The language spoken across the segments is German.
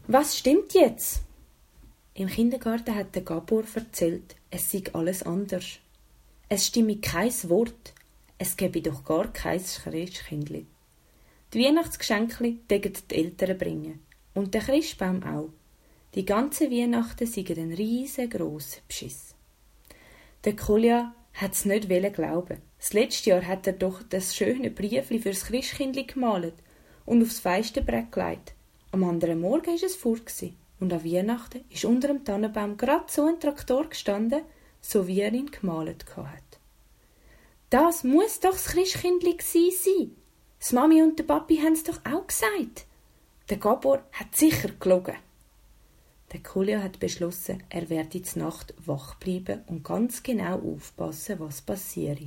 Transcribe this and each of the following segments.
Was stimmt jetzt? Im Kindergarten hat der Gabor erzählt, es sei alles anders. Es stimme kein Wort. Es gebe doch gar kein Christkindli. Die Weihnachtsgeschenkli degen die Eltern bringen. Und der Christbaum auch. Die ganze Weihnachten seien ein riesengroßer Beschiss. Der Kolja hat es nicht glauben. Das letzte Jahr hat er doch das schöne Briefli fürs Christkindli gemalt und aufs Feistenbrett gelegt. Am anderen Morgen war es fort und an Weihnachten ist unter dem Tannenbaum gerade so ein Traktor gestanden, so wie er ihn gemalt hat. Das muss doch das Christkindli sein. Das Mami und der Papi haben es doch auch gesagt. Der Gabor hat sicher gelogen. Der Kolja hat beschlossen, er werde die Nacht wach bleiben und ganz genau aufpassen, was passiere.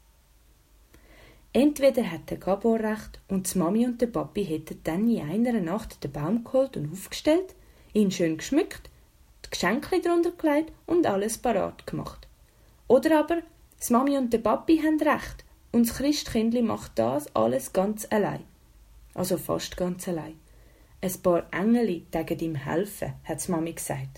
Entweder hat der Gabor recht und die Mami und der Papi hätten dann in einer Nacht den Baum geholt und aufgestellt, ihn schön geschmückt, die Geschenke drunter gelegt und alles parat gemacht. Oder aber die Mami und der Papi haben recht und das Christkindli macht das alles ganz allein. Also fast ganz allein. Ein paar Engel tägen ihm helfen, hat die Mami gesagt.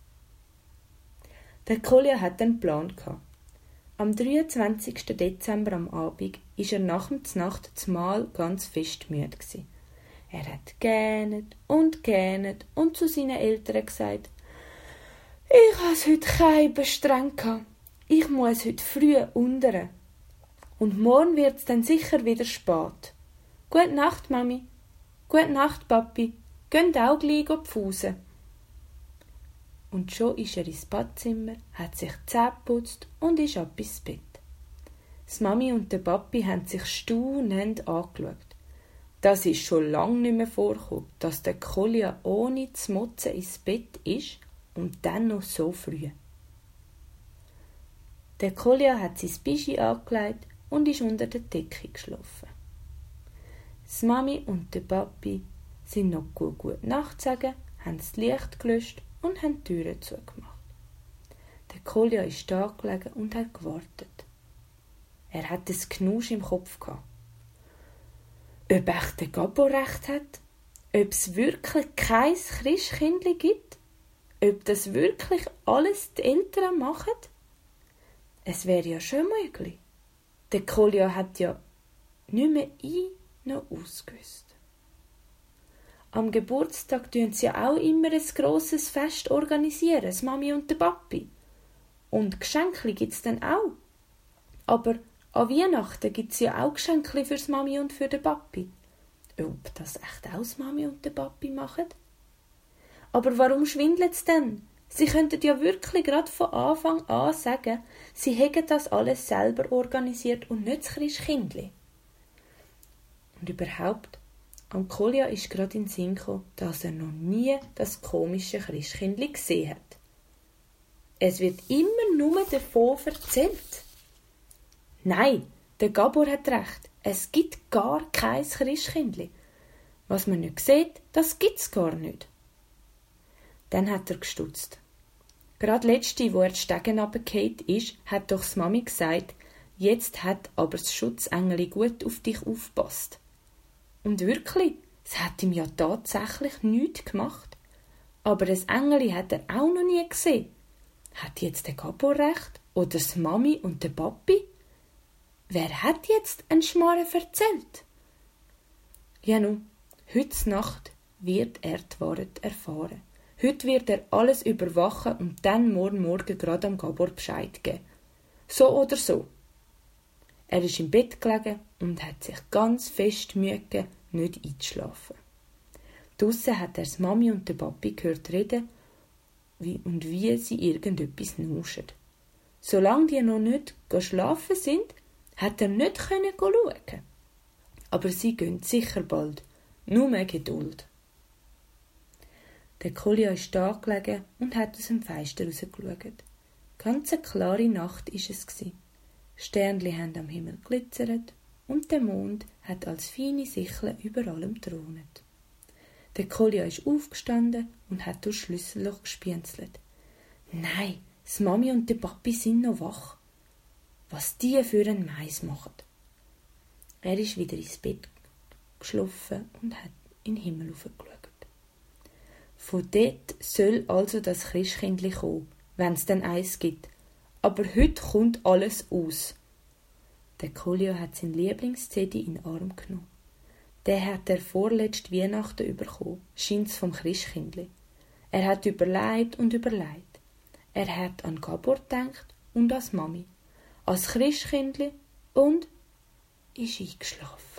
Der Kolja hat einen Plan gehabt. Am 23. Dezember am Abend war er nach der Nacht zumal ganz fest müde gsi. Er hat gähnet und zu seinen Eltern gesagt: «Ich has heute kein Bestreng gehabt. Ich muss heute früh unter. Und morgen wird's dann sicher wieder spät. Gute Nacht, Mami. Gute Nacht, Papi. Geht auch gleich pfusen.» Und schon ist er ins Badzimmer, hat sich die Zähne geputzt und ist ab ins Bett. Die Mami und der Papi haben sich staunend angeschaut. Das ist schon lange nicht mehr vorgekommen, dass der Kolja ohne zu motzen ins Bett ist und dann noch so früh. Der Kolja hat sein Bischi angelegt und ist unter der Decke geschlafen. Die Mami und der Papi sind noch gut Nacht sagen, haben das Licht gelöscht und haben die Türen zugemacht. Der Kolja ist da gelegen und hat gewartet. Er hat ein Knusch im Kopf gehabt. Ob echt der Gabor recht hat? Ob es wirklich kein Christkindli gibt? Ob das wirklich alles die Eltern machen? Es wäre ja schon möglich. Der Kolja hat ja nicht mehr ein noch ausgewusst. Am Geburtstag tun sie ja auch immer ein grosses Fest organisieren, das Mami und der Papi. Und Geschenke gibt's dann auch. Aber an Weihnachten gibt's ja auch Geschenke fürs Mami und für den Papi. Ob das echt auch das Mami und der Papi machen? Aber warum schwindelt's denn? Sie könnten ja wirklich gerade von Anfang an sagen, sie hätten das alles selber organisiert und nicht das Christkindli. Und überhaupt, am Kolja ist gerade in den Sinn gekommen, dass er noch nie das komische Christkindli gesehen hat. Es wird immer nur davon erzählt. Nein, der Gabor hat recht. Es gibt gar kein Christkindli. Was man nicht sieht, das gibt's gar nicht. Dann hat er gestutzt. Gerade letzte, wo er die Stegen runtergefallen ist, hat doch die Mami gesagt, jetzt hat aber das Schutzengel gut auf dich aufgepasst. Und wirklich, es hat ihm ja tatsächlich nichts gemacht. Aber das Engeli hat er auch noch nie gesehen. Hat jetzt der Gabor recht? Oder das Mami und der Papi? Wer hat jetzt einen Schmarren erzählt? Ja nun, heute Nacht wird er die Wahrheit erfahren. Heute wird er alles überwachen und dann morgen gerade am Gabor Bescheid geben. So oder so. Er ist im Bett gelegen und hat sich ganz fest Mühe gegeben, nicht einzuschlafen. Draussen hat er die Mami und den Papi gehört reden wie sie irgendetwas nuschen. Solange die noch nicht schlafen sind, hat er nicht schauen. Aber sie gehen sicher bald. Nur mehr Geduld. Der Kolja ist da gelegen und hat aus dem Fenster rausgeschaut. Ganz eine klare Nacht war es. Sternli haben am Himmel glitzert und der Mond hat als feine Sichel über allem thront. Der Kolja ist aufgestanden und hat durch Schlüsselloch gespienzelt. Nein, das Mami und der Papi sind noch wach. Was die für einen Mais machen. Er ist wieder ins Bett geschlafen und hat in den Himmel hochgeschaut. Von dort soll also das Christkindli kommen, wenn es dann eins gibt. Aber heute kommt alles aus. Der Kolja hat seinen Lieblings-CD in den Arm genommen. Den hat er vorletzte Weihnachten bekommen, scheint's vom Christkindli. Er hat überlegt und überlegt. Er hat an Gabor gedacht und an Mami, als Christkindli und ist eingeschlafen.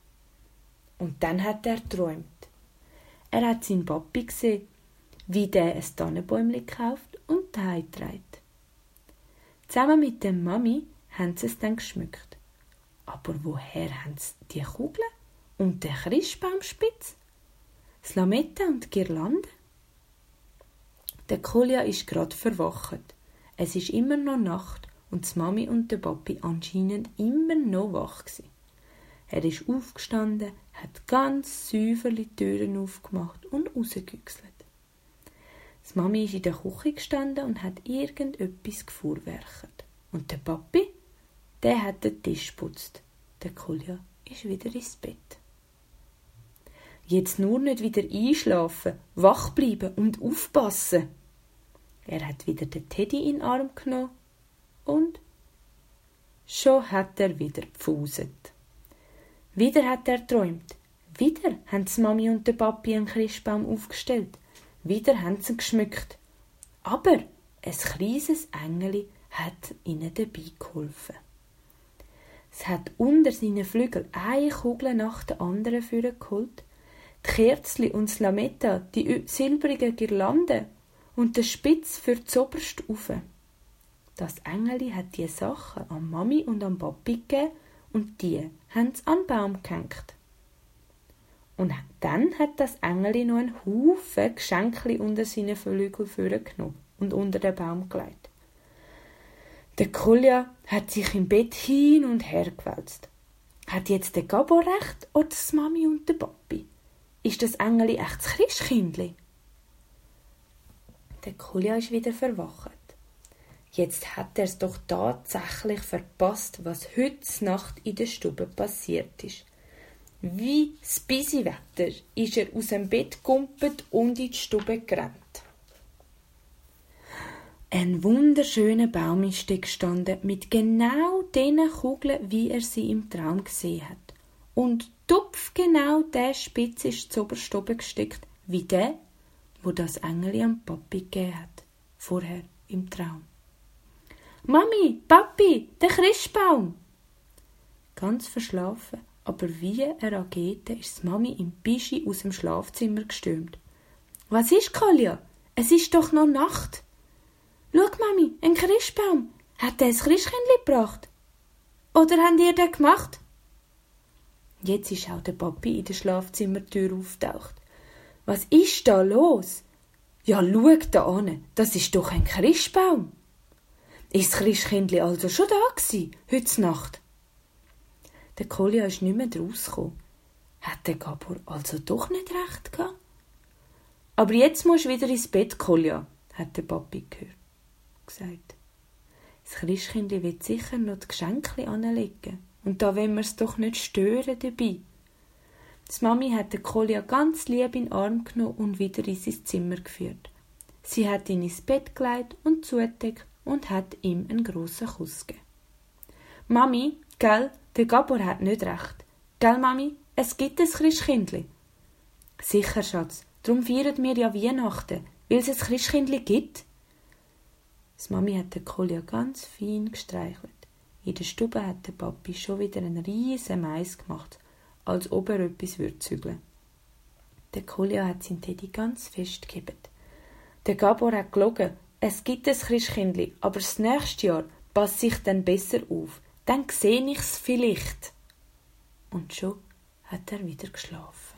Und dann hat er geträumt. Er hat seinen Papi gesehen, wie der ein Tannenbäumchen kauft und heimträgt. Zusammen mit der Mami haben sie es dann geschmückt. Aber woher haben sie die Kugeln und den Christbaumspitz? Das Lametta und die Girlande? Der Kolja ist gerade verwacht. Es ist immer noch Nacht und die Mami und der Papi anscheinend immer noch wach gsi. Er ist aufgestanden, hat ganz säuferlich die Türen aufgemacht und rausgegüchselt. Die Mami ist in der Küche gestanden und hat irgendetwas gefuhrwerket. Und der Papi, der hat den Tisch geputzt. Der Kolja ist wieder ins Bett. Jetzt nur nicht wieder einschlafen, wach bleiben und aufpassen. Er hat wieder den Teddy in den Arm genommen und schon hat er wieder gepfuset. Wieder hat er geträumt. Wieder haben die Mami und der Papi einen Christbaum aufgestellt. Wieder haben sie ihn geschmückt. Aber ein kleines Engeli hat ihnen dabei geholfen. Es hat unter seinen Flügeln eine Kugel nach der anderen vorgeholt, die Kerzli und das Lametta, die silbrigen Girlanden und den Spitz für zoberst auf. Das Engeli hat die Sachen an Mami und an Papi gegeben und die haben es an den Baum gehängt. Und dann hat das Engeli noch einen Haufen Geschenkli unter seinen Flügeln vorgenommen und unter den Baum gelegt. Der Kolja hat sich im Bett hin und her gewälzt. Hat jetzt der Gabor recht oder das Mami und der Papi? Ist das Engeli echt das Christkindli? Der Kolja ist wieder verwacht. Jetzt hat er es doch tatsächlich verpasst, was heute Nacht in der Stube passiert ist. Wie das Bisi-Wetter ist er aus dem Bett gumpet und in die Stube gerannt. Ein wunderschöner Baum ist gestanden mit genau den Kugeln, wie er sie im Traum gesehen hat. Und tupfgenau der Spitz ist zuoberst oben gesteckt, wie der, wo das Engeli am Papi gegeben hat, vorher im Traum. »Mami, Papi, der Christbaum!« Ganz verschlafen, aber wie eine Rakete ist die Mami im Bischi aus dem Schlafzimmer gestürmt. »Was ist, Kolja? Es ist doch noch Nacht!« »Schau, Mami, ein Christbaum! Hat der ein Christkindli gebracht? Oder habt ihr den gemacht?« Jetzt ist auch der Papi in der Schlafzimmertür auftaucht. »Was ist da los?« »Ja, schau da an, das ist doch ein Christbaum!« »Ist das Christkindli also schon da gsi, heute Nacht?« Der Kolja ist nicht mehr rausgekommen. Hat der Gabor also doch nicht recht gehabt? »Aber jetzt musst du wieder ins Bett, Kolja«, hat der Papi gesagt. Das Christkindli wird sicher noch die Geschenke anlegen. Und da wollen wir es doch nicht stören dabei. Die Mami hat den Kolja ganz lieb in den Arm genommen und wieder in sein Zimmer geführt. Sie hat ihn ins Bett gelegt und zugedeckt und hat ihm einen grossen Kuss gegeben. »Mami, gell, der Gabor hat nicht recht. Gell, Mami, es gibt ein Christkindli.« »Sicher, Schatz, darum feiern wir ja Weihnachten, weil es ein Christkindli gibt.« Die Mami hat den Kolja ganz fein gestreichelt. In der Stube hat der Papi schon wieder einen riesen Mais gemacht, als ob er etwas zügeln würde. Der Kolja hat seinen Teddy ganz fest gehebt. Der Gabor hat gelogen, es gibt ein Christkindli, aber das nächste Jahr passe ich dann besser auf. Dann sehe ich's vielleicht. Und schon hat er wieder geschlafen.